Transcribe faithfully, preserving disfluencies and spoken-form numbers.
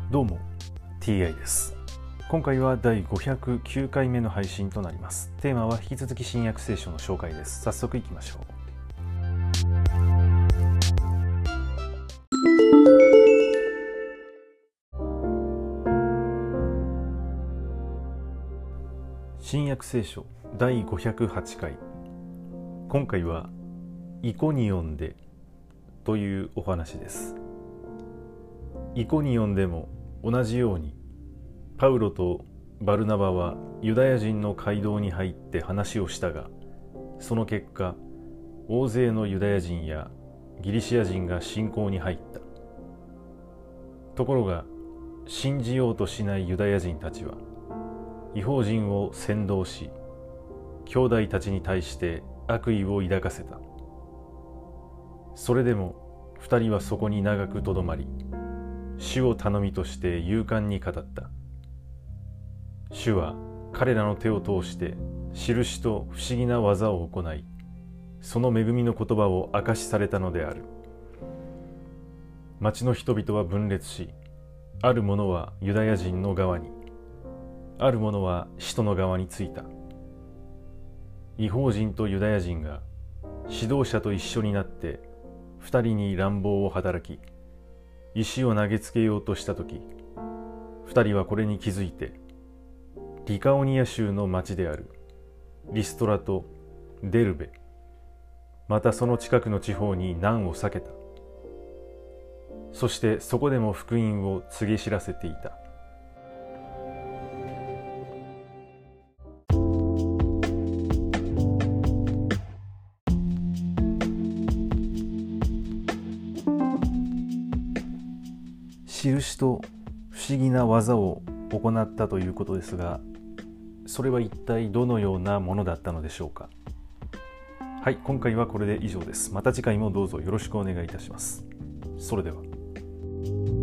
どうも ティーアイ です。今回はだいごひゃくきゅうかいめの配信となります。テーマは引き続き新約聖書の紹介です。早速いきましょう。新約聖書だいごひゃくはちかい。今回はイコニオンでというお話です。イコニオンでも同じようにパウロとバルナバはユダヤ人の街道に入って話をしたが、その結果大勢のユダヤ人やギリシア人が信仰に入った。ところが信じようとしないユダヤ人たちは異邦人を扇動し、兄弟たちに対して悪意を抱かせた。それでも二人はそこに長くとどまり、主を頼みとして勇敢に語った。主は彼らの手を通して印と不思議な技を行い、その恵みの言葉を明かしされたのである。町の人々は分裂し、ある者はユダヤ人の側に、ある者は使徒の側についた。異邦人とユダヤ人が指導者と一緒になって二人に乱暴を働き、石を投げつけようとしたとき、二人はこれに気づいて、リカオニア州の町であるリストラとデルベ、またその近くの地方に難を避けた。そしてそこでも福音を告げ知らせていた。印と不思議な技を行ったということですが、それは一体どのようなものだったのでしょうか。はい、今回はこれで以上です。また次回もどうぞよろしくお願いいたします。それでは。